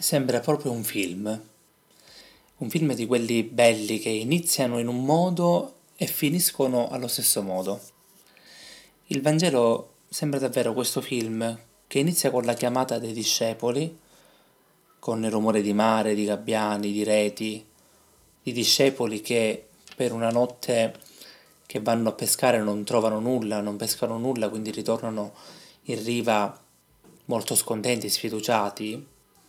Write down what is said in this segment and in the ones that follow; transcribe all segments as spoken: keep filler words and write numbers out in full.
Sembra proprio un film, un film di quelli belli che iniziano in un modo e finiscono allo stesso modo. Il Vangelo sembra davvero questo film che inizia con la chiamata dei discepoli, con il rumore di mare, di gabbiani, di reti, di discepoli che per una notte che vanno a pescare non trovano nulla, non pescano nulla, quindi ritornano in riva molto scontenti, sfiduciati,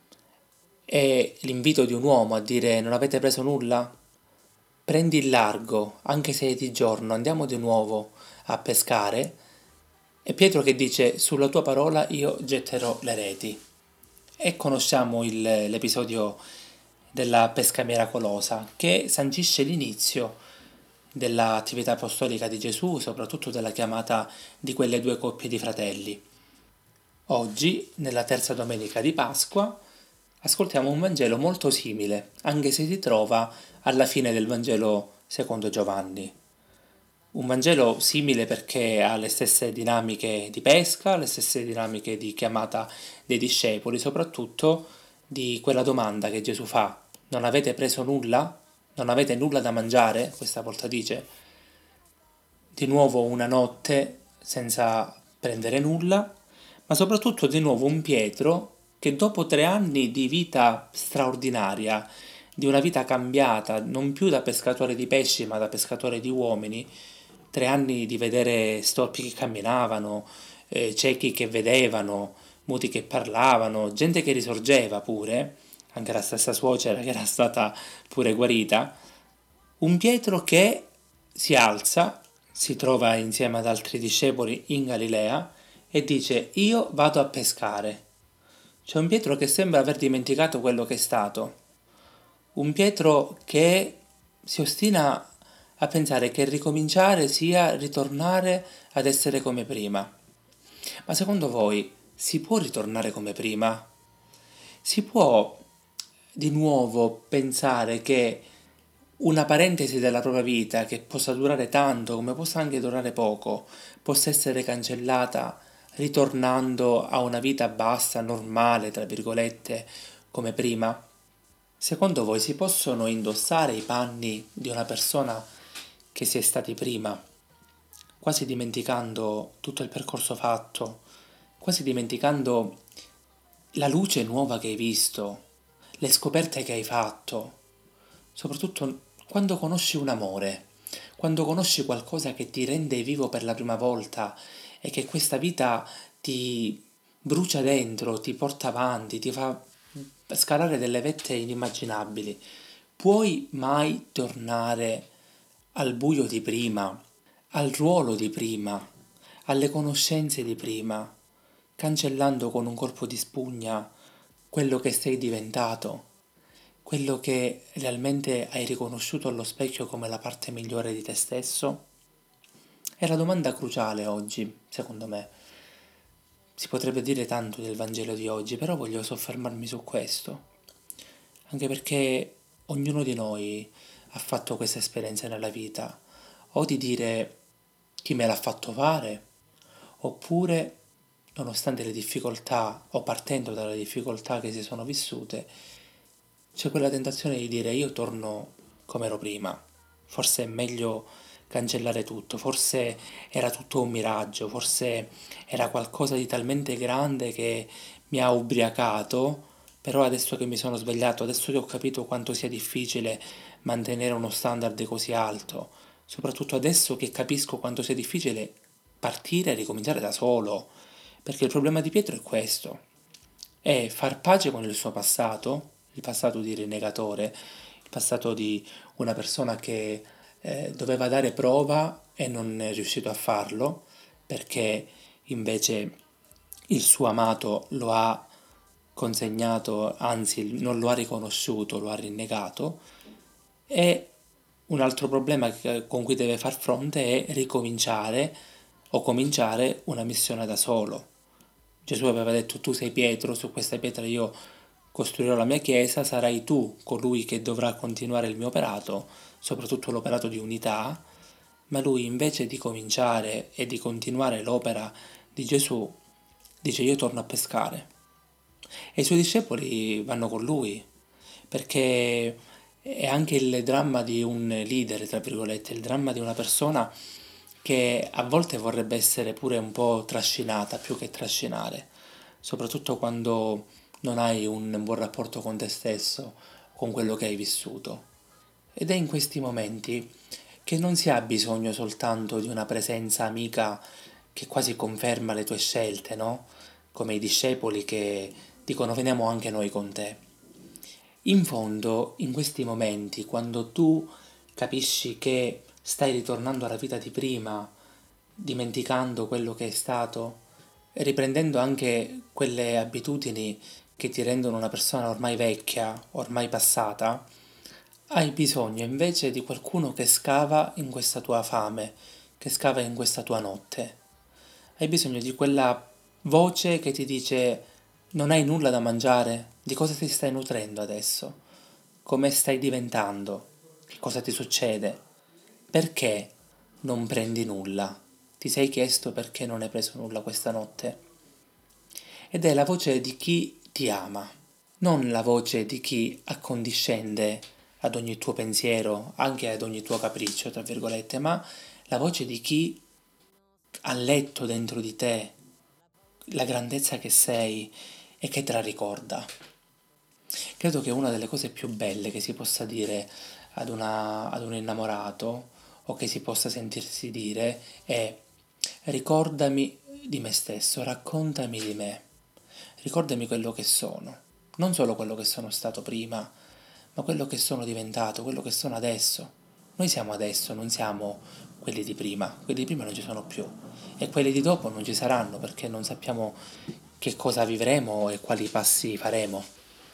e l'invito di un uomo a dire: non avete preso nulla? Prendi il largo, anche se è di giorno, andiamo di nuovo a pescare. E Pietro che dice: sulla tua parola io getterò le reti. E conosciamo il- l'episodio della pesca miracolosa che sancisce l'inizio dell'attività apostolica di Gesù, soprattutto della chiamata di quelle due coppie di fratelli. Oggi, nella terza domenica di Pasqua, ascoltiamo un Vangelo molto simile, anche se si trova alla fine del Vangelo secondo Giovanni. Un Vangelo simile perché ha le stesse dinamiche di pesca, le stesse dinamiche di chiamata dei discepoli, soprattutto di quella domanda che Gesù fa: non avete preso nulla? Non avete nulla da mangiare? Questa volta dice. Di nuovo una notte senza prendere nulla, ma soprattutto di nuovo un Pietro che dopo tre anni di vita straordinaria, di una vita cambiata, non più da pescatore di pesci ma da pescatore di uomini, tre anni di vedere storpi che camminavano, eh, ciechi che vedevano, muti che parlavano, gente che risorgeva pure, anche la stessa suocera che era stata pure guarita, un Pietro che si alza, si trova insieme ad altri discepoli in Galilea e dice: io vado a pescare. C'è un Pietro che sembra aver dimenticato quello che è stato, un Pietro che si ostina a pensare che ricominciare sia ritornare ad essere come prima. Ma secondo voi si può ritornare come prima? Si può di nuovo pensare che una parentesi della propria vita che possa durare tanto come possa anche durare poco, possa essere cancellata ritornando a una vita bassa, normale, tra virgolette, come prima? Secondo voi si possono indossare i panni di una persona che si è stati prima, quasi dimenticando tutto il percorso fatto, quasi dimenticando la luce nuova che hai visto, le scoperte che hai fatto, soprattutto quando conosci un amore, quando conosci qualcosa che ti rende vivo per la prima volta e che questa vita ti brucia dentro, ti porta avanti, ti fa scalare delle vette inimmaginabili. Puoi mai tornare al buio di prima, al ruolo di prima, alle conoscenze di prima, cancellando con un colpo di spugna quello che sei diventato, quello che realmente hai riconosciuto allo specchio come la parte migliore di te stesso? È la domanda cruciale oggi, secondo me. Si potrebbe dire tanto del Vangelo di oggi, però voglio soffermarmi su questo, anche perché ognuno di noi ha fatto questa esperienza nella vita, o di dire chi me l'ha fatto fare, oppure, nonostante le difficoltà o partendo dalle difficoltà che si sono vissute, c'è quella tentazione di dire io torno come ero prima, forse è meglio cancellare tutto, forse era tutto un miraggio, forse era qualcosa di talmente grande che mi ha ubriacato, però adesso che mi sono svegliato, adesso che ho capito quanto sia difficile mantenere uno standard così alto, soprattutto adesso che capisco quanto sia difficile partire e ricominciare da solo, perché il problema di Pietro è questo, è far pace con il suo passato, il passato di rinnegatore, il passato di una persona che eh, doveva dare prova e non è riuscito a farlo, perché invece il suo amato lo ha consegnato, anzi non lo ha riconosciuto, lo ha rinnegato, e un altro problema che- con cui deve far fronte è ricominciare o cominciare una missione da solo. Gesù aveva detto: tu sei Pietro, su questa pietra io costruirò la mia chiesa, sarai tu colui che dovrà continuare il mio operato, soprattutto l'operato di unità, ma lui invece di cominciare e di continuare l'opera di Gesù, dice io torno a pescare. E i suoi discepoli vanno con lui, perché è anche il dramma di un leader, tra virgolette, il dramma di una persona che a volte vorrebbe essere pure un po' trascinata più che trascinare, soprattutto quando non hai un buon rapporto con te stesso, con quello che hai vissuto. Ed è in questi momenti che non si ha bisogno soltanto di una presenza amica che quasi conferma le tue scelte, no? Come i discepoli che dicono veniamo anche noi con te. In fondo, in questi momenti, quando tu capisci che stai ritornando alla vita di prima, dimenticando quello che è stato, e riprendendo anche quelle abitudini che ti rendono una persona ormai vecchia, ormai passata, hai bisogno invece di qualcuno che scava in questa tua fame, che scava in questa tua notte. Hai bisogno di quella voce che ti dice non hai nulla da mangiare, di cosa ti stai nutrendo adesso? Come stai diventando? Che cosa ti succede? Perché non prendi nulla? Ti sei chiesto perché non hai preso nulla questa notte? Ed è la voce di chi ti ama, non la voce di chi accondiscende ad ogni tuo pensiero, anche ad ogni tuo capriccio, tra virgolette, ma la voce di chi ha letto dentro di te la grandezza che sei e che te la ricorda. Credo che una delle cose più belle che si possa dire ad, una, ad un innamorato o che si possa sentirsi dire è ricordami di me stesso, raccontami di me, ricordami quello che sono, non solo quello che sono stato prima, ma quello che sono diventato, quello che sono adesso. Noi siamo adesso, non siamo quelli di prima, quelli di prima non ci sono più e quelli di dopo non ci saranno perché non sappiamo che cosa vivremo e quali passi faremo,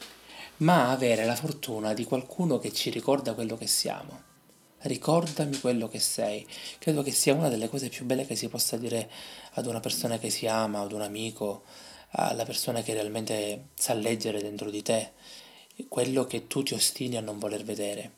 ma avere la fortuna di qualcuno che ci ricorda quello che siamo. Ricordami quello che sei. Credo che sia una delle cose più belle che si possa dire ad una persona che si ama, ad un amico, alla persona che realmente sa leggere dentro di te quello che tu ti ostini a non voler vedere.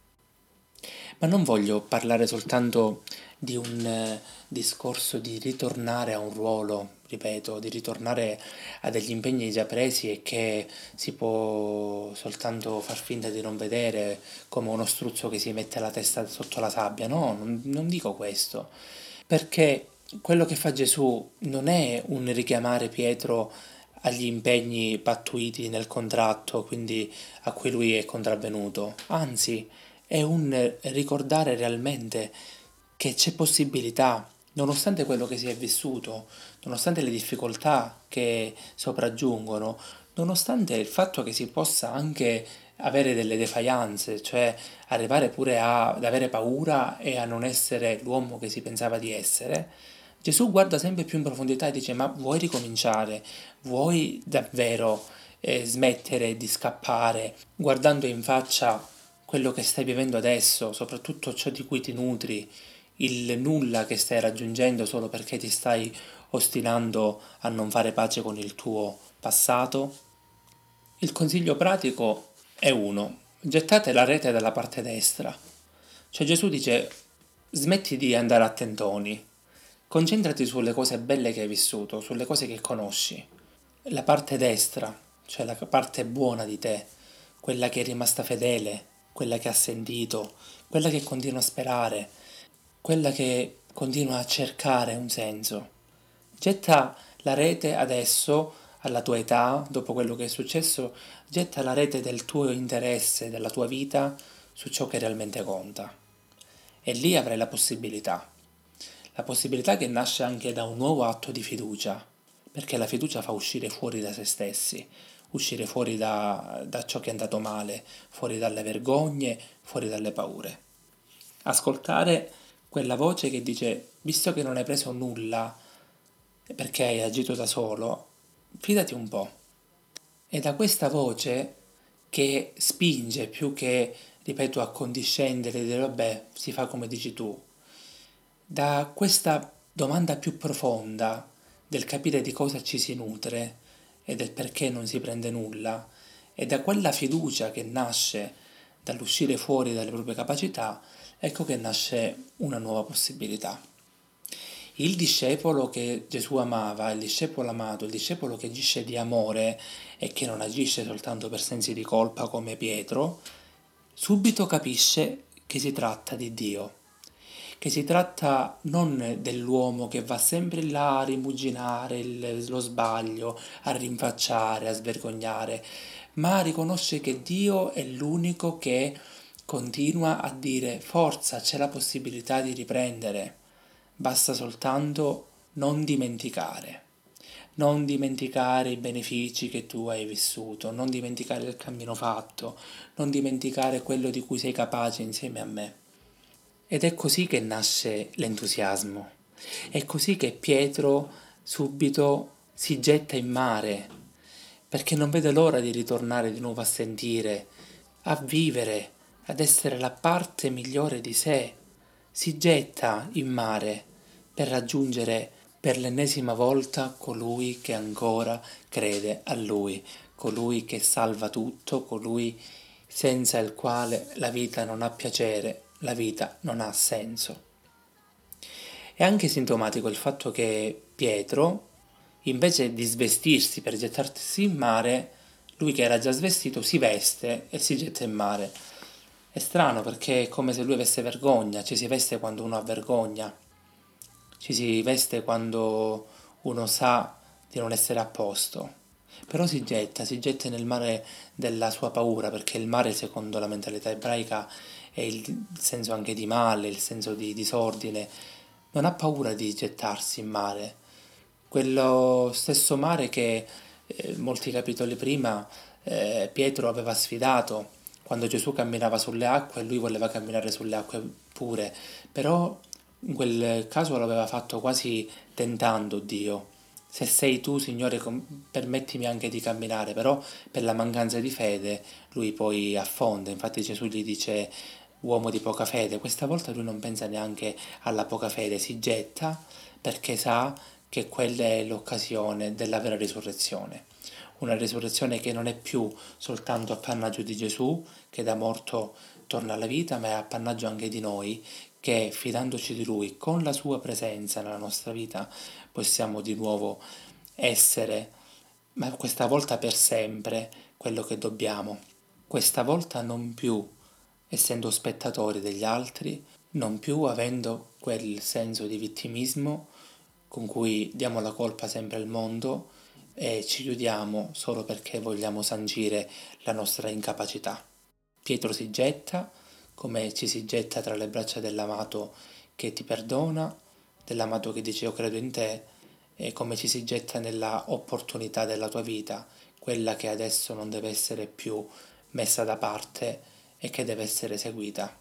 Ma non voglio parlare soltanto di un eh, discorso di ritornare a un ruolo, ripeto, di ritornare a degli impegni già presi e che si può soltanto far finta di non vedere come uno struzzo che si mette la testa sotto la sabbia. No, non, non dico questo, perché quello che fa Gesù non è un richiamare Pietro agli impegni pattuiti nel contratto, quindi a cui lui è contravvenuto, anzi è un ricordare realmente che c'è possibilità, nonostante quello che si è vissuto, nonostante le difficoltà che sopraggiungono, nonostante il fatto che si possa anche avere delle defianze, cioè arrivare pure a- ad avere paura e a non essere l'uomo che si pensava di essere, Gesù guarda sempre più in profondità e dice: Ma vuoi ricominciare? Vuoi davvero eh, smettere di scappare, guardando in faccia quello che stai vivendo adesso, soprattutto ciò di cui ti nutri, il nulla che stai raggiungendo solo perché ti stai ostinando a non fare pace con il tuo passato? Il consiglio pratico è uno: gettate la rete dalla parte destra. Cioè Gesù dice: smetti di andare a tentoni, concentrati sulle cose belle che hai vissuto, sulle cose che conosci. La parte destra, cioè la parte buona di te, quella che è rimasta fedele, quella che ha sentito, quella che continua a sperare, quella che continua a cercare un senso. Getta la rete adesso, alla tua età, dopo quello che è successo, getta la rete del tuo interesse, della tua vita su ciò che realmente conta. E lì avrai la possibilità. La possibilità che nasce anche da un nuovo atto di fiducia, perché la fiducia fa uscire fuori da se stessi, uscire fuori da, da ciò che è andato male, fuori dalle vergogne, fuori dalle paure. Ascoltare quella voce che dice: visto che non hai preso nulla perché hai agito da solo, fidati un po'. È da questa voce che spinge più che, ripeto, a condiscendere e dire vabbè, si fa come dici tu, da questa domanda più profonda del capire di cosa ci si nutre e del perché non si prende nulla, e da quella fiducia che nasce dall'uscire fuori dalle proprie capacità, ecco che nasce una nuova possibilità. Il discepolo che Gesù amava, il discepolo amato, il discepolo che agisce di amore e che non agisce soltanto per sensi di colpa come Pietro, subito capisce che si tratta di Dio, che si tratta non dell'uomo che va sempre là a rimuginare il- lo sbaglio, a rinfacciare, a svergognare, ma riconosce che Dio è l'unico che continua a dire forza, c'è la possibilità di riprendere, basta soltanto non dimenticare. Non dimenticare i benefici che tu hai vissuto, non dimenticare il cammino fatto, non dimenticare quello di cui sei capace insieme a me. Ed è così che nasce l'entusiasmo. È così che Pietro subito si getta in mare, perché non vede l'ora di ritornare di nuovo a sentire, a vivere, ad essere la parte migliore di sé. Si getta in mare per raggiungere per l'ennesima volta colui che ancora crede a lui, colui che salva tutto, colui senza il quale la vita non ha piacere, la vita non ha senso. È anche sintomatico il fatto che Pietro, invece di svestirsi per gettarsi in mare, lui che era già svestito si veste e si getta in mare. È strano perché è come se lui avesse vergogna, ci si veste quando uno ha vergogna, ci si veste quando uno sa di non essere a posto. Però si getta, si getta nel mare della sua paura, perché il mare, secondo la mentalità ebraica, è il senso anche di male, il senso di disordine. Non ha paura di gettarsi in mare. Quello stesso mare che eh, molti capitoli prima eh, Pietro aveva sfidato quando Gesù camminava sulle acque e lui voleva camminare sulle acque pure, però in quel caso lo aveva fatto quasi tentando Dio. Se sei tu, Signore, com- permettimi anche di camminare, però per la mancanza di fede lui poi affonda. Infatti Gesù gli dice, uomo di poca fede, questa volta lui non pensa neanche alla poca fede, si getta perché sa che quella è l'occasione della vera risurrezione. Una risurrezione che non è più soltanto appannaggio di Gesù, che da morto torna alla vita, ma è appannaggio anche di noi, che fidandoci di Lui, con la Sua presenza nella nostra vita, possiamo di nuovo essere, ma questa volta per sempre, quello che dobbiamo. Questa volta non più essendo spettatori degli altri, non più avendo quel senso di vittimismo con cui diamo la colpa sempre al mondo e ci chiudiamo solo perché vogliamo sancire la nostra incapacità. Pietro si getta, come ci si getta tra le braccia dell'amato che ti perdona, dell'amato che dice io credo in te, e come ci si getta nella opportunità della tua vita, quella che adesso non deve essere più messa da parte e che deve essere seguita.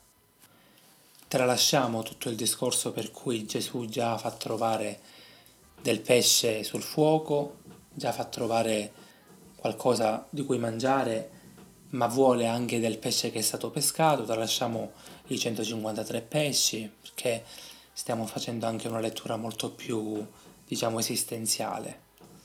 Tralasciamo tutto il discorso per cui Gesù già fa trovare del pesce sul fuoco, già fa trovare qualcosa di cui mangiare, ma vuole anche del pesce che è stato pescato. Tralasciamo i centocinquantatré pesci perché stiamo facendo anche una lettura molto più, diciamo, esistenziale.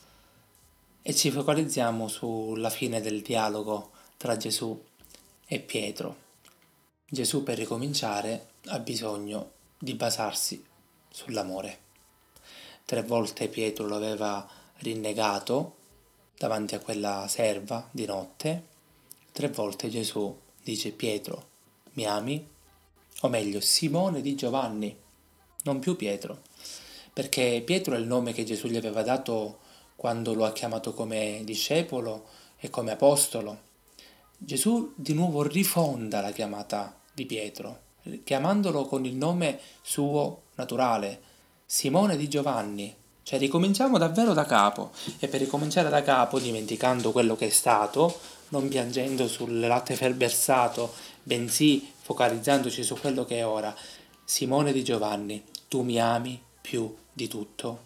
E ci focalizziamo sulla fine del dialogo tra Gesù e Pietro. Gesù per ricominciare ha bisogno di basarsi sull'amore. Tre volte Pietro lo aveva rinnegato davanti a quella serva di notte. Tre volte Gesù dice Pietro, mi ami? O meglio, Simone di Giovanni, non più Pietro, perché Pietro è il nome che Gesù gli aveva dato quando lo ha chiamato come discepolo e come apostolo. Gesù di nuovo rifonda la chiamata di Pietro, chiamandolo con il nome suo naturale, Simone di Giovanni. Cioè ricominciamo davvero da capo e per ricominciare da capo, dimenticando quello che è stato, non piangendo sul latte versato, bensì focalizzandoci su quello che è ora. Simone di Giovanni, tu mi ami più di tutto.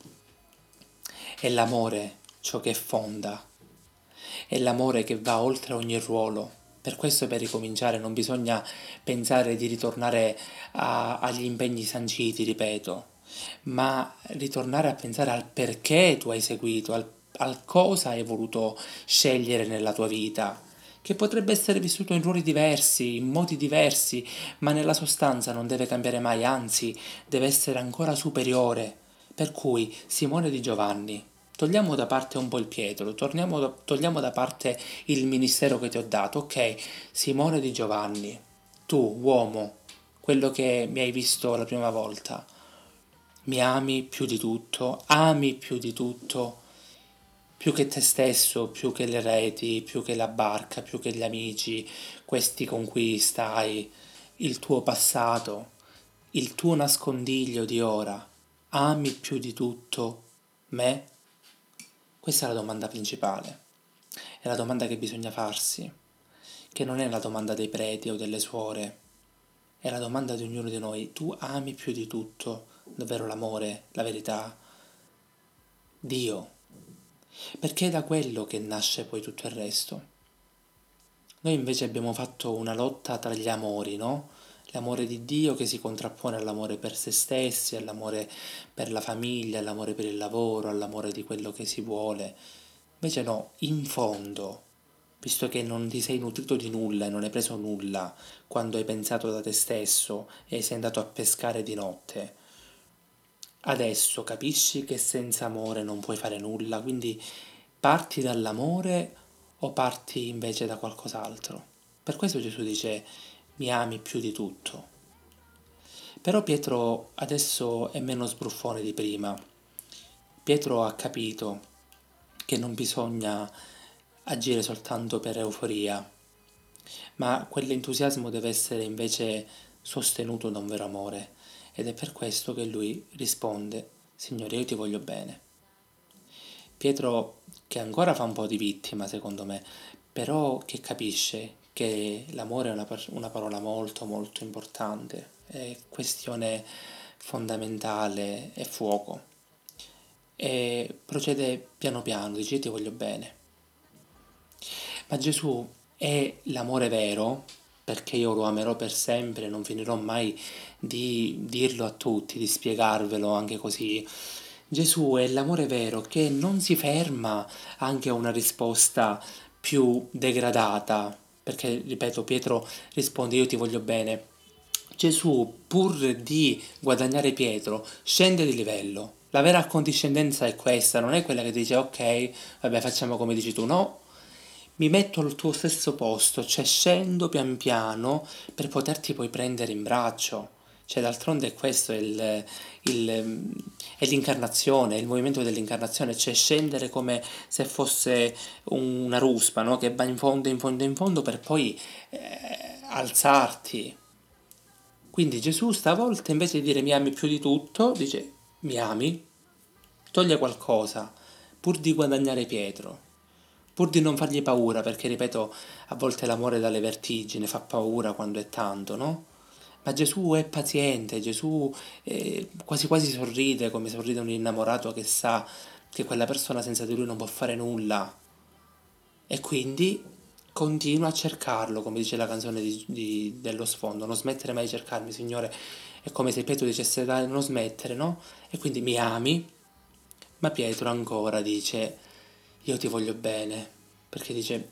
È l'amore ciò che fonda. È l'amore che va oltre ogni ruolo. Per questo per ricominciare non bisogna pensare di ritornare a- agli impegni sanciti, ripeto, ma ritornare a pensare al perché tu hai seguito, al, al cosa hai voluto scegliere nella tua vita, che potrebbe essere vissuto in ruoli diversi, in modi diversi, ma nella sostanza non deve cambiare mai, anzi deve essere ancora superiore Per cui Simone di Giovanni, togliamo da parte un po' il Pietro, torniamo da- togliamo da parte il ministero che ti ho dato, ok? Simone di Giovanni, tu, uomo, quello che mi hai visto la prima volta, mi ami più di tutto, ami più di tutto, più che te stesso, più che le reti, più che la barca, più che gli amici, questi con cui stai, il tuo passato, il tuo nascondiglio di ora, ami più di tutto me? Questa è la domanda principale, è la domanda che bisogna farsi, che non è la domanda dei preti o delle suore, è la domanda di ognuno di noi. Tu ami più di tutto davvero l'amore, la verità, Dio, perché è da quello che nasce poi tutto il resto. Noi invece abbiamo fatto una lotta tra gli amori, no? L'amore di Dio che si contrappone all'amore per se stessi, all'amore per la famiglia, all'amore per il lavoro, all'amore di quello che si vuole. Invece no, in fondo, visto che non ti sei nutrito di nulla e non hai preso nulla quando hai pensato da te stesso e sei andato a pescare di notte, adesso capisci che senza amore non puoi fare nulla, quindi parti dall'amore o parti invece da qualcos'altro? Per questo Gesù dice mi ami più di tutto. Però Pietro adesso è meno sbruffone di prima. Pietro ha capito che non bisogna agire soltanto per euforia, ma quell'entusiasmo deve essere invece sostenuto da un vero amore. Ed è per questo che lui risponde, Signore, io ti voglio bene. Pietro, che ancora fa un po' di vittima, secondo me, però che capisce che l'amore è una, par- una parola molto molto importante, è questione fondamentale, è fuoco. E procede piano piano, dice io ti voglio bene. Ma Gesù è l'amore vero, perché io lo amerò per sempre, non finirò mai di dirlo a tutti, di spiegarvelo anche così. Gesù è l'amore vero che non si ferma anche a una risposta più degradata, perché, ripeto, Pietro risponde io ti voglio bene. Gesù, pur di guadagnare Pietro, scende di livello. La vera accondiscendenza è questa, non è quella che dice ok, vabbè, facciamo come dici tu, no, mi metto al tuo stesso posto, cioè scendo pian piano per poterti poi prendere in braccio. Cioè, d'altronde questo è il, il- è l'incarnazione, è il movimento dell'incarnazione, cioè scendere come se fosse una ruspa, no? Che va in fondo, in fondo, in fondo per poi eh, alzarti. Quindi Gesù stavolta invece di dire mi ami più di tutto, dice mi ami, toglie qualcosa pur di guadagnare Pietro. Pur di non fargli paura, perché ripeto, a volte l'amore dà le vertigini, fa paura quando è tanto, no? Ma Gesù è paziente, Gesù eh, quasi quasi sorride come sorride un innamorato che sa che quella persona senza di lui non può fare nulla e quindi continua a cercarlo, come dice la canzone di- di- dello sfondo, non smettere mai di cercarmi, Signore, è come se Pietro dicesse dai, non smettere, no? E quindi mi ami, ma Pietro ancora dice io ti voglio bene, perché dice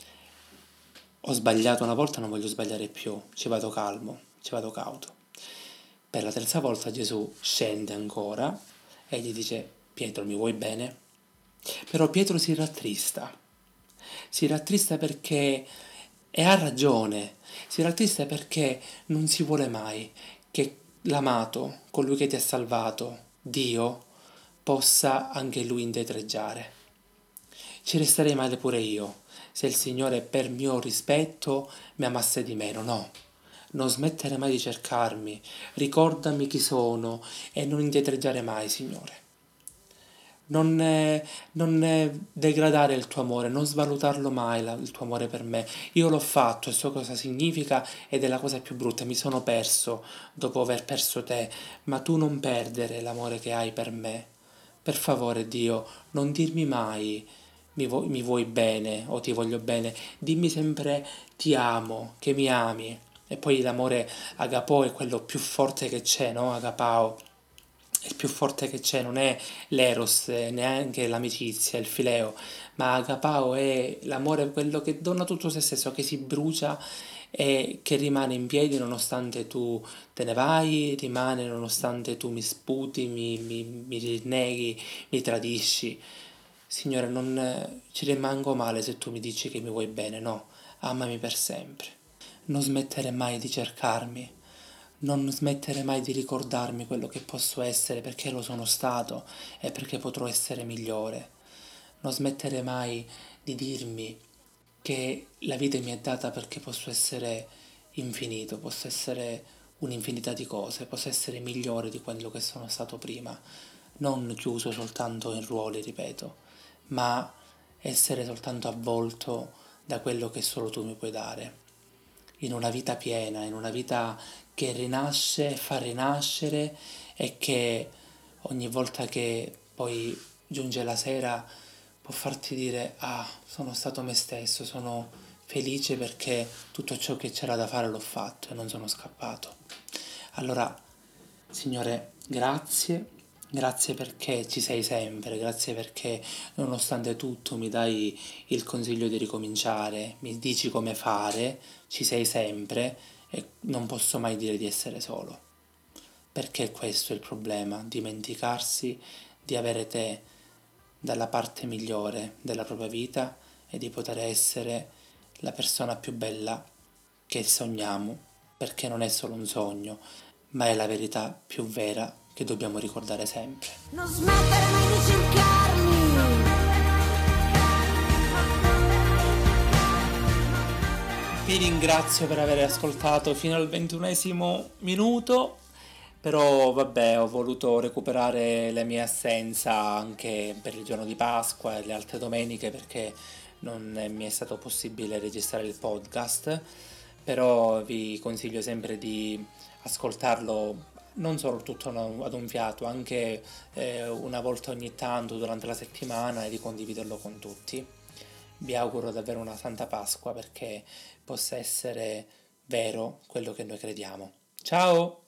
ho sbagliato una volta, non voglio sbagliare più, ci vado calmo, ci vado cauto. Per la terza volta Gesù scende ancora e gli dice Pietro mi vuoi bene? Però Pietro si rattrista, si rattrista perché, e ha ragione, si rattrista perché non si vuole mai che l'amato, colui che ti ha salvato, Dio, possa anche lui indietreggiare. Ci resterei male pure io, se il Signore per mio rispetto mi amasse di meno, no. Non smettere mai di cercarmi, ricordami chi sono e non indietreggiare mai, Signore. Non, eh, non eh, degradare il tuo amore, non svalutarlo mai la- il tuo amore per me. Io l'ho fatto e so cosa significa ed è la cosa più brutta. Mi sono perso dopo aver perso te, ma tu non perdere l'amore che hai per me. Per favore, Dio, non dirmi mai mi, vo- mi vuoi bene o ti voglio bene, dimmi sempre ti amo, che mi ami. E poi l'amore agapò è quello più forte che c'è, no? Agapao è il più forte che c'è, non è l'eros, eh, neanche l'amicizia, il fileo, ma agapao è l'amore, quello che dona tutto se stesso, che si brucia e che rimane in piedi nonostante tu te ne vai, rimane nonostante tu mi sputi, mi, mi, mi rinneghi, mi tradisci. Signore, non eh, ci rimango male se tu mi dici che mi vuoi bene, no, amami per sempre. Non smettere mai di cercarmi, non smettere mai di ricordarmi quello che posso essere perché lo sono stato e perché potrò essere migliore. Non smettere mai di dirmi che la vita mi è data perché posso essere infinito, posso essere un'infinità di cose, posso essere migliore di quello che sono stato prima, non chiuso soltanto in ruoli, ripeto, ma essere soltanto avvolto da quello che solo tu mi puoi dare, in una vita piena, in una vita che rinasce, fa rinascere e che ogni volta che poi giunge la sera può farti dire ah, sono stato me stesso, sono felice perché tutto ciò che c'era da fare l'ho fatto e non sono scappato. Allora, Signore, grazie, grazie perché ci sei sempre, grazie perché nonostante tutto mi dai il consiglio di ricominciare, mi dici come fare, ci sei sempre e non posso mai dire di essere solo. Perché questo è il problema, dimenticarsi di avere te dalla parte migliore della propria vita e di poter essere la persona più bella che sogniamo, perché non è solo un sogno, ma è la verità più vera che dobbiamo ricordare sempre. Non smettere mai di cercarmi. Vi ringrazio per aver ascoltato fino al ventunesimo minuto, però vabbè, ho voluto recuperare la mia assenza anche per il giorno di Pasqua e le altre domeniche perché non mi è stato possibile registrare il podcast, però vi consiglio sempre di ascoltarlo non solo tutto ad un fiato, anche eh, una volta ogni tanto durante la settimana e di condividerlo con tutti. Vi auguro davvero una Santa Pasqua perché possa essere vero quello che noi crediamo. Ciao!